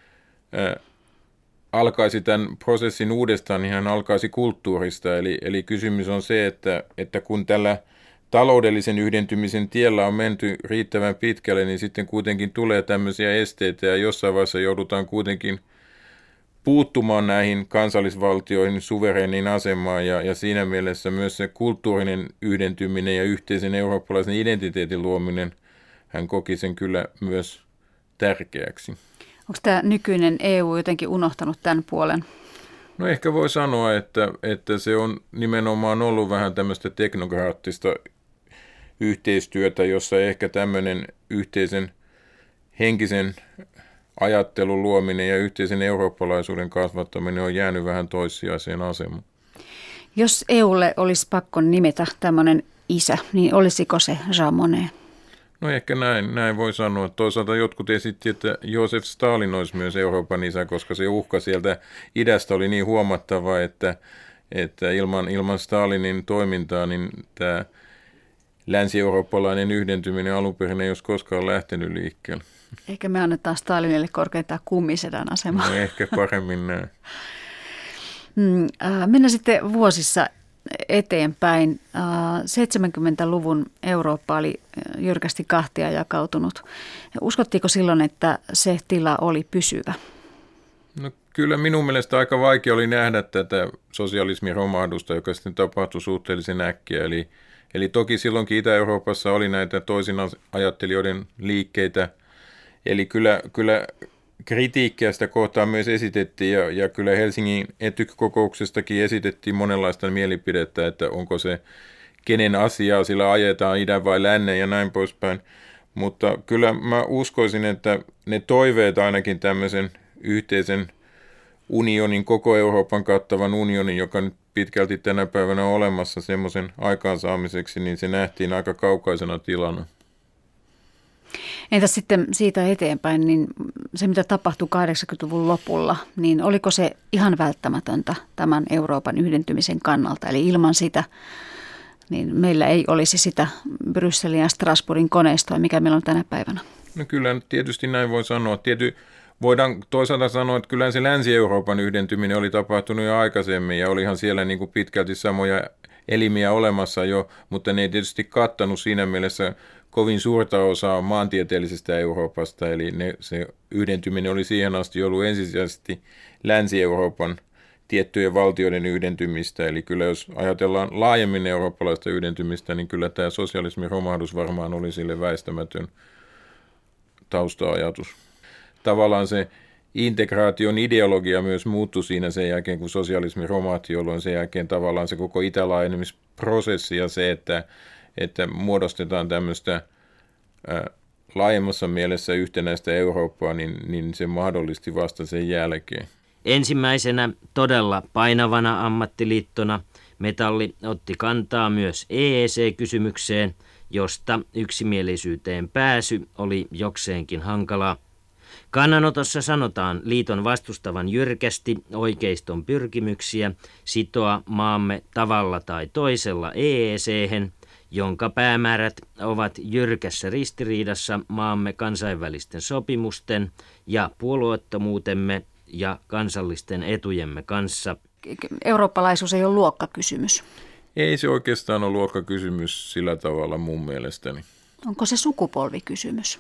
alkaisi tämän prosessin uudestaan, niin hän alkaisi kulttuurista. Eli kysymys on se, että kun tällä taloudellisen yhdentymisen tiellä on menty riittävän pitkälle, niin sitten kuitenkin tulee tämmöisiä esteitä ja jossain vaiheessa joudutaan kuitenkin puuttumaan näihin kansallisvaltioihin suvereeniin asemaan ja siinä mielessä myös se kulttuurinen yhdentyminen ja yhteisen eurooppalaisen identiteetin luominen, hän koki sen kyllä myös tärkeäksi. Onko tämä nykyinen EU jotenkin unohtanut tämän puolen? No ehkä voi sanoa, että se on nimenomaan ollut vähän tämmöistä teknokraattista yhteistyötä, jossa ehkä tämmöinen yhteisen henkisen ajattelun luominen ja yhteisen eurooppalaisuuden kasvattaminen on jäänyt vähän toissijaiseen asemaan. Jos EUlle olisi pakko nimetä tämmöinen isä, niin olisiko se Jean Monnet? No ehkä näin voi sanoa. Toisaalta jotkut esitti, että Josef Stalin olisi myös Euroopan isä, koska se uhka sieltä idästä oli niin huomattava, että ilman Stalinin toimintaa niin tämä länsi-eurooppalainen yhdentyminen alun perin ei olisi koskaan lähtenyt liikkeelle. Ehkä me annetaan Stalinille korkeintaan kummisedän asemaa. No ehkä paremmin näin. Mennään sitten vuosissa eteenpäin. 70-luvun Eurooppa oli jyrkästi kahtia jakautunut. Uskottiinko silloin, että se tila oli pysyvä? No kyllä minun mielestä aika vaikea oli nähdä tätä sosialismin romahdusta, joka sitten tapahtui suhteellisen äkkiä. Eli toki silloinkin Itä-Euroopassa oli näitä toisin ajattelijoiden liikkeitä. Eli kyllä kritiikkiä sitä kohtaa myös esitettiin ja kyllä Helsingin Etyk-kokouksestakin esitettiin monenlaista mielipidettä, että onko se kenen asiaa sillä ajetaan idän vai lännen ja näin poispäin. Mutta kyllä mä uskoisin, että ne toiveet ainakin tämmöisen yhteisen unionin, koko Euroopan kattavan unionin, joka nyt pitkälti tänä päivänä on olemassa semmoisen aikaansaamiseksi, niin se nähtiin aika kaukaisena tilana. Entäs sitten siitä eteenpäin, niin se mitä tapahtui 80-luvun lopulla, niin oliko se ihan välttämätöntä tämän Euroopan yhdentymisen kannalta? Eli ilman sitä, niin meillä ei olisi sitä Brysselin ja Strasbourgin koneistoa, mikä meillä on tänä päivänä. No kyllä tietysti näin voi sanoa. Voidaan toisaalta sanoa, että kyllä se Länsi-Euroopan yhdentyminen oli tapahtunut jo aikaisemmin ja olihan siellä niin kuin pitkälti samoja elimiä olemassa jo, mutta ne ei tietysti kattanut siinä mielessä kovin suurta osaa maantieteellisestä Euroopasta, eli se yhdentyminen oli siihen asti ollut ensisijaisesti Länsi-Euroopan tiettyjen valtioiden yhdentymistä, eli kyllä jos ajatellaan laajemmin eurooppalaista yhdentymistä, niin kyllä tämä sosialismin romahdus varmaan oli sille väistämätön tausta-ajatus. Tavallaan se integraation ideologia myös muuttui siinä sen jälkeen, kun sosialismi romahti, jolloin sen jälkeen tavallaan se koko itälaajenemisprosessi ja se, että muodostetaan tämmöistä laajemmassa mielessä yhtenäistä Eurooppaa, niin se mahdollisti vasta sen jälkeen. Ensimmäisenä todella painavana ammattiliittona Metalli otti kantaa myös EEC-kysymykseen, josta yksimielisyyteen pääsy oli jokseenkin hankalaa. Kannanotossa sanotaan liiton vastustavan jyrkästi oikeiston pyrkimyksiä sitoa maamme tavalla tai toisella EEC-hen, jonka päämäärät ovat jyrkässä ristiriidassa maamme kansainvälisten sopimusten ja puolueettomuutemme ja kansallisten etujemme kanssa. Eurooppalaisuus ei ole luokkakysymys. Ei se oikeastaan ole luokkakysymys sillä tavalla mun mielestäni. Onko se sukupolvikysymys?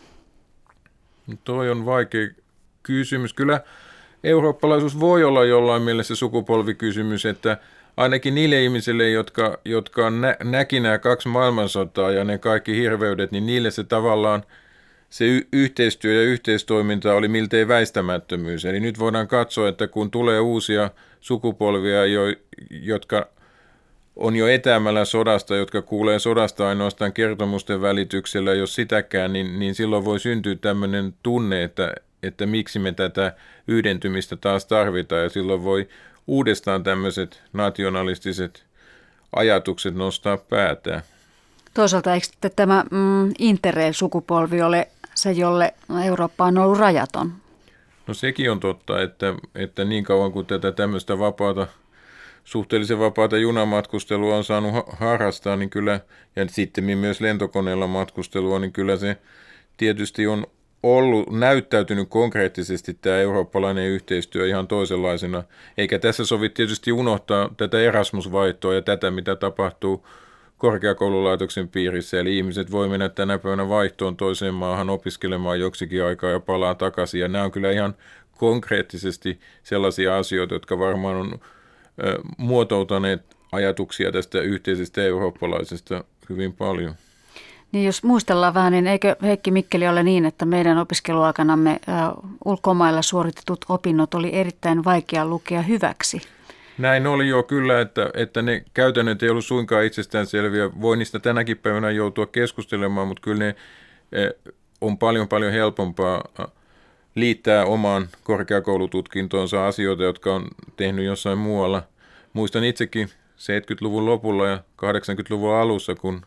Toi on vaikea kysymys. Kyllä eurooppalaisuus voi olla jollain mielessä sukupolvikysymys, että ainakin niille ihmisille, jotka näki nämä 2 maailmansotaa ja ne kaikki hirveydet, niin niille se tavallaan se yhteistyö ja yhteistoiminta oli miltei väistämättömyys. Eli nyt voidaan katsoa, että kun tulee uusia sukupolvia, jotka on jo etäämällä sodasta, jotka kuulee sodasta ainoastaan kertomusten välityksellä, jos sitäkään, niin silloin voi syntyä tämmöinen tunne, että miksi me tätä yhdentymistä taas tarvitaan, ja silloin voi uudestaan tämmöiset nationalistiset ajatukset nostaa päätään. Toisaalta eikö tämä Interrail-sukupolvi ole se, jolle Eurooppa on ollut rajaton? No sekin on totta, että niin kauan kuin tätä tämmöistä suhteellisen vapaata junamatkustelua on saanut harrastaa, niin kyllä, ja sitten myös lentokoneella matkustelua, niin kyllä se tietysti on näyttäytynyt konkreettisesti tämä eurooppalainen yhteistyö ihan toisenlaisena. Eikä tässä sovi tietysti unohtaa tätä Erasmus-vaihtoa ja tätä, mitä tapahtuu korkeakoululaitoksen piirissä. Eli ihmiset voi mennä tänä päivänä vaihtoon toiseen maahan opiskelemaan joksikin aikaa ja palaa takaisin. Ja nämä on kyllä ihan konkreettisesti sellaisia asioita, jotka varmaan on muotoutaneet ajatuksia tästä yhteisestä eurooppalaisesta hyvin paljon. Niin jos muistellaan vähän, niin eikö Heikki Mikkeli ole niin, että meidän opiskeluaikanamme ulkomailla suoritetut opinnot oli erittäin vaikea lukea hyväksi? Näin oli jo kyllä, että ne käytännöt ei ollut suinkaan itsestäänselviä. Voi niistä tänäkin päivänä joutua keskustelemaan, mutta kyllä ne on paljon helpompaa liittää omaan korkeakoulututkintoonsa asioita, jotka on tehnyt jossain muualla. Muistan itsekin 70-luvun lopulla ja 80-luvun alussa, kun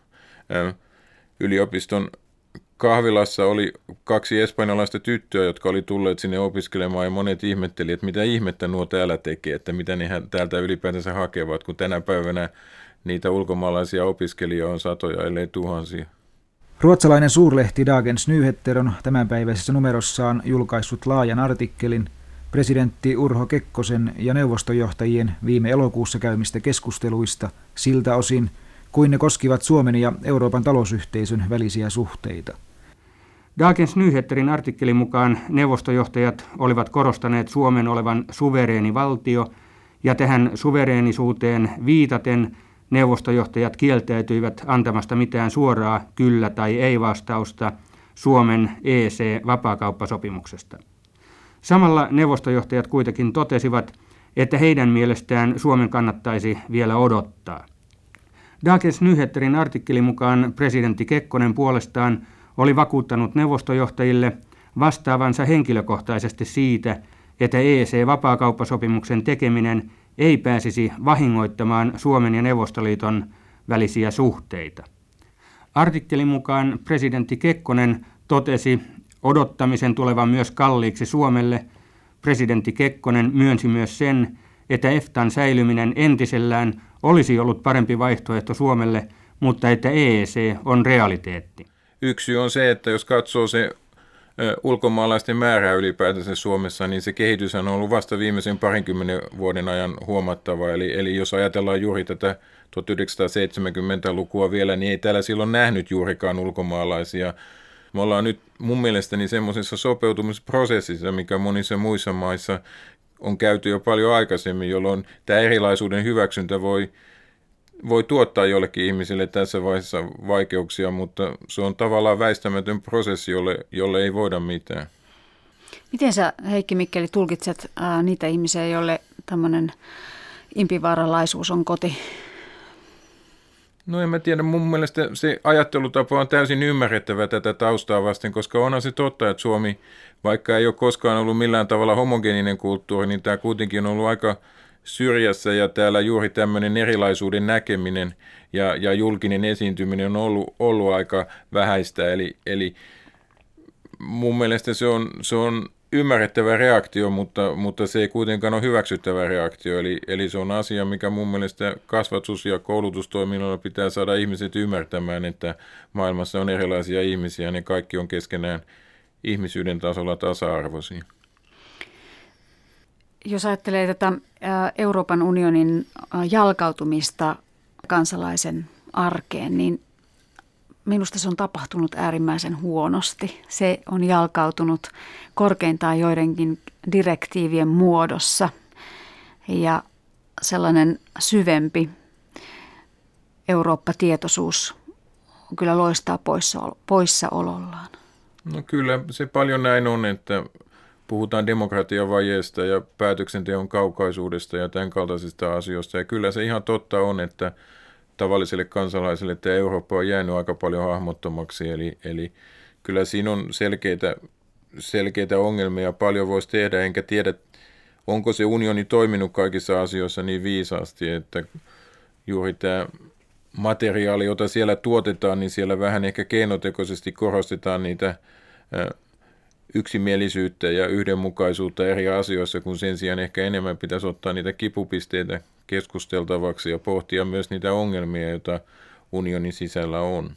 yliopiston kahvilassa oli 2 espanjalaista tyttöä, jotka oli tulleet sinne opiskelemaan, ja monet ihmetteli, että mitä ihmettä nuo täällä tekee, että mitä ne täältä ylipäätänsä hakevat, kun tänä päivänä niitä ulkomaalaisia opiskelijoita on satoja, ellei tuhansia. Ruotsalainen suurlehti Dagens Nyheter on tämänpäiväisessä numerossaan julkaissut laajan artikkelin presidentti Urho Kekkosen ja neuvostojohtajien viime elokuussa käymistä keskusteluista siltä osin, kuin ne koskivat Suomen ja Euroopan talousyhteisön välisiä suhteita. Dagens Nyheterin artikkelin mukaan neuvostojohtajat olivat korostaneet Suomen olevan suvereeni valtio, ja tähän suvereenisuuteen viitaten neuvostojohtajat kieltäytyivät antamasta mitään suoraa kyllä tai ei vastausta Suomen EEC-vapaakauppasopimuksesta. Samalla neuvostojohtajat kuitenkin totesivat, että heidän mielestään Suomen kannattaisi vielä odottaa. Dagens Nyheterin artikkelin mukaan presidentti Kekkonen puolestaan oli vakuuttanut neuvostojohtajille vastaavansa henkilökohtaisesti siitä, että EEC-vapaakauppasopimuksen tekeminen ei pääsisi vahingoittamaan Suomen ja Neuvostoliiton välisiä suhteita. Artikkelin mukaan presidentti Kekkonen totesi odottamisen tulevan myös kalliiksi Suomelle. Presidentti Kekkonen myönsi myös sen, että EFTAn säilyminen entisellään olisi ollut parempi vaihtoehto Suomelle, mutta että EEC on realiteetti. Yksi on se, että jos katsoo se ulkomaalaisten määrää ylipäätänsä Suomessa, niin se kehitys on ollut vasta viimeisen 20 vuoden ajan huomattava. Eli jos ajatellaan juuri tätä 1970-lukua vielä, niin ei täällä silloin nähnyt juurikaan ulkomaalaisia. Me ollaan nyt mun mielestäni semmoisessa sopeutumisprosessissa, mikä monissa muissa maissa on käyty jo paljon aikaisemmin, jolloin tämä erilaisuuden hyväksyntä voi tuottaa jollekin ihmisille tässä vaiheessa vaikeuksia, mutta se on tavallaan väistämätön prosessi, jolle ei voida mitään. Miten sä, Heikki Mikkeli, tulkitset niitä ihmisiä, joille tämmöinen impivaaralaisuus on koti? No en mä tiedä, mun mielestä se ajattelutapa on täysin ymmärrettävä tätä taustaa vasten, koska onhan se totta, että Suomi, vaikka ei ole koskaan ollut millään tavalla homogeeninen kulttuuri, niin tämä kuitenkin on ollut aika syrjässä ja täällä juuri tämmöinen erilaisuuden näkeminen ja julkinen esiintyminen on ollut aika vähäistä, eli mun mielestä se on ymmärrettävä reaktio, mutta se ei kuitenkaan ole hyväksyttävä reaktio. Eli se on asia, mikä mun mielestä kasvatus- ja koulutustoiminnalla pitää saada ihmiset ymmärtämään, että maailmassa on erilaisia ihmisiä ja ne kaikki on keskenään ihmisyyden tasolla tasa-arvoisia. Jos ajattelee tätä Euroopan unionin jalkautumista kansalaisen arkeen, niin minusta se on tapahtunut äärimmäisen huonosti. Se on jalkautunut korkeintaan joidenkin direktiivien muodossa ja sellainen syvempi Eurooppa-tietoisuus kyllä loistaa poissaolollaan. No kyllä se paljon näin on, että puhutaan demokratiavajeesta ja päätöksenteon kaukaisuudesta ja tämän kaltaisista asioista. Ja kyllä se ihan totta on, että tavalliselle kansalaiselle tämä Eurooppa on jäänyt aika paljon hahmottomaksi. Eli kyllä siinä on selkeitä ongelmia, paljon voisi tehdä, enkä tiedä, onko se unioni toiminut kaikissa asioissa niin viisaasti, että juuri tämä materiaali, jota siellä tuotetaan, niin siellä vähän ehkä keinotekoisesti korostetaan niitä yksimielisyyttä ja yhdenmukaisuutta eri asioissa, kun sen sijaan ehkä enemmän pitäisi ottaa niitä kipupisteitä keskusteltavaksi ja pohtia myös niitä ongelmia, joita unionin sisällä on.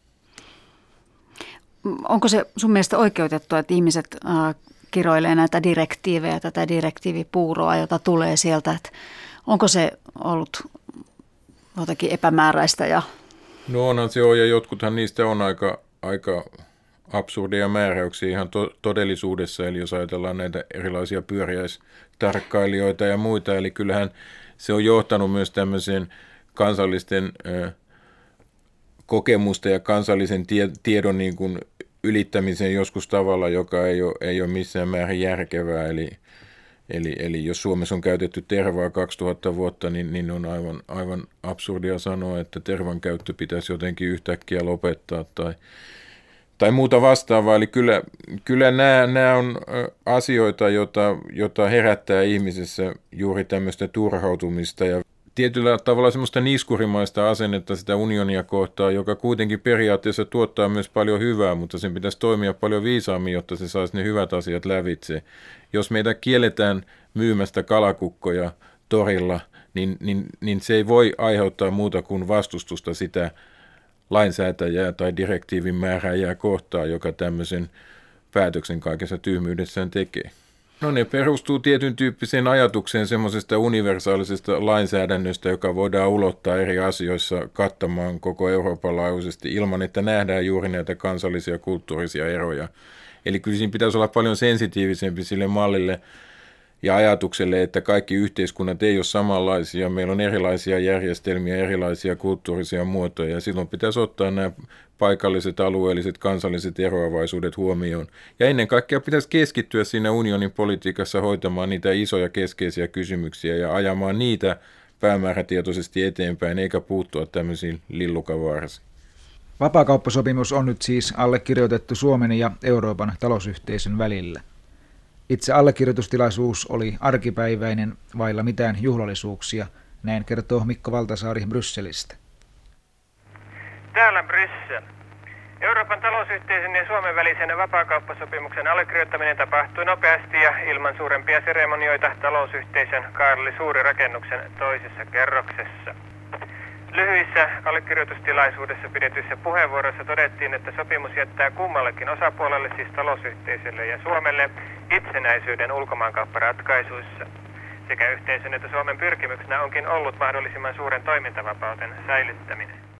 Onko se sun mielestä oikeutettua, että ihmiset kiroilee näitä direktiivejä, tätä direktiivipuuroa, jota tulee sieltä, että onko se ollut jotakin epämääräistä? No onhan se on, ja jotkuthan niistä on aika absurdeja määräyksiä ihan todellisuudessa, eli jos ajatellaan näitä erilaisia pyöriäistarkkailijoita ja muita, eli kyllähän se on johtanut myös tämmöiseen kansallisten kokemusta ja kansallisen tiedon niin kuin ylittämiseen joskus tavalla, joka ei ole missään määrin järkevää, eli jos Suomessa on käytetty tervaa 2000 vuotta, niin on aivan absurdia sanoa, että tervan käyttö pitäisi jotenkin yhtäkkiä lopettaa tai muuta vastaavaa. Eli kyllä nämä on asioita, jota herättää ihmisessä juuri tämmöistä turhautumista ja tietyllä tavalla semmoista niskurimaista asennetta sitä unionia kohtaan, joka kuitenkin periaatteessa tuottaa myös paljon hyvää, mutta sen pitäisi toimia paljon viisaammin, jotta se saisi ne hyvät asiat lävitse. Jos meitä kielletään myymästä kalakukkoja torilla, niin se ei voi aiheuttaa muuta kuin vastustusta sitä lainsäätäjää tai direktiivin määrääjää kohtaan, joka tämmöisen päätöksen kaikessa tyhmyydessään tekee. No ne perustuu tietyn tyyppiseen ajatukseen semmoisesta universaalisesta lainsäädännöstä, joka voidaan ulottaa eri asioissa kattamaan koko Euroopan laajuisesti ilman, että nähdään juuri näitä kansallisia kulttuurisia eroja. Eli kyllä siinä pitäisi olla paljon sensitiivisempi sille mallille ja ajatukselle, että kaikki yhteiskunnat ei ole samanlaisia. Meillä on erilaisia järjestelmiä, erilaisia kulttuurisia muotoja ja silloin pitäisi ottaa nämä paikalliset, alueelliset, kansalliset eroavaisuudet huomioon. Ja ennen kaikkea pitäisi keskittyä siinä unionin politiikassa hoitamaan niitä isoja keskeisiä kysymyksiä ja ajamaan niitä päämäärätietoisesti eteenpäin, eikä puuttua tämmöisiin lillukavarsiin. Vapaakauppasopimus on nyt siis allekirjoitettu Suomen ja Euroopan talousyhteisön välillä. Itse allekirjoitustilaisuus oli arkipäiväinen, vailla mitään juhlallisuuksia. Näin kertoo Mikko Valtasaari Brysselistä. Täällä Bryssel. Euroopan talousyhteisön ja Suomen välisen vapaakauppasopimuksen allekirjoittaminen tapahtui nopeasti ja ilman suurempia seremonioita talousyhteisön Kaarli Suuri-rakennuksen toisessa kerroksessa. Lyhyissä allekirjoitustilaisuudessa pidetyissä puheenvuoroissa todettiin, että sopimus jättää kummallekin osapuolelle, siis talousyhteisölle ja Suomelle, itsenäisyyden ulkomaankaupparatkaisuissa. Sekä yhteisön että Suomen pyrkimyksenä onkin ollut mahdollisimman suuren toimintavapauden säilyttäminen.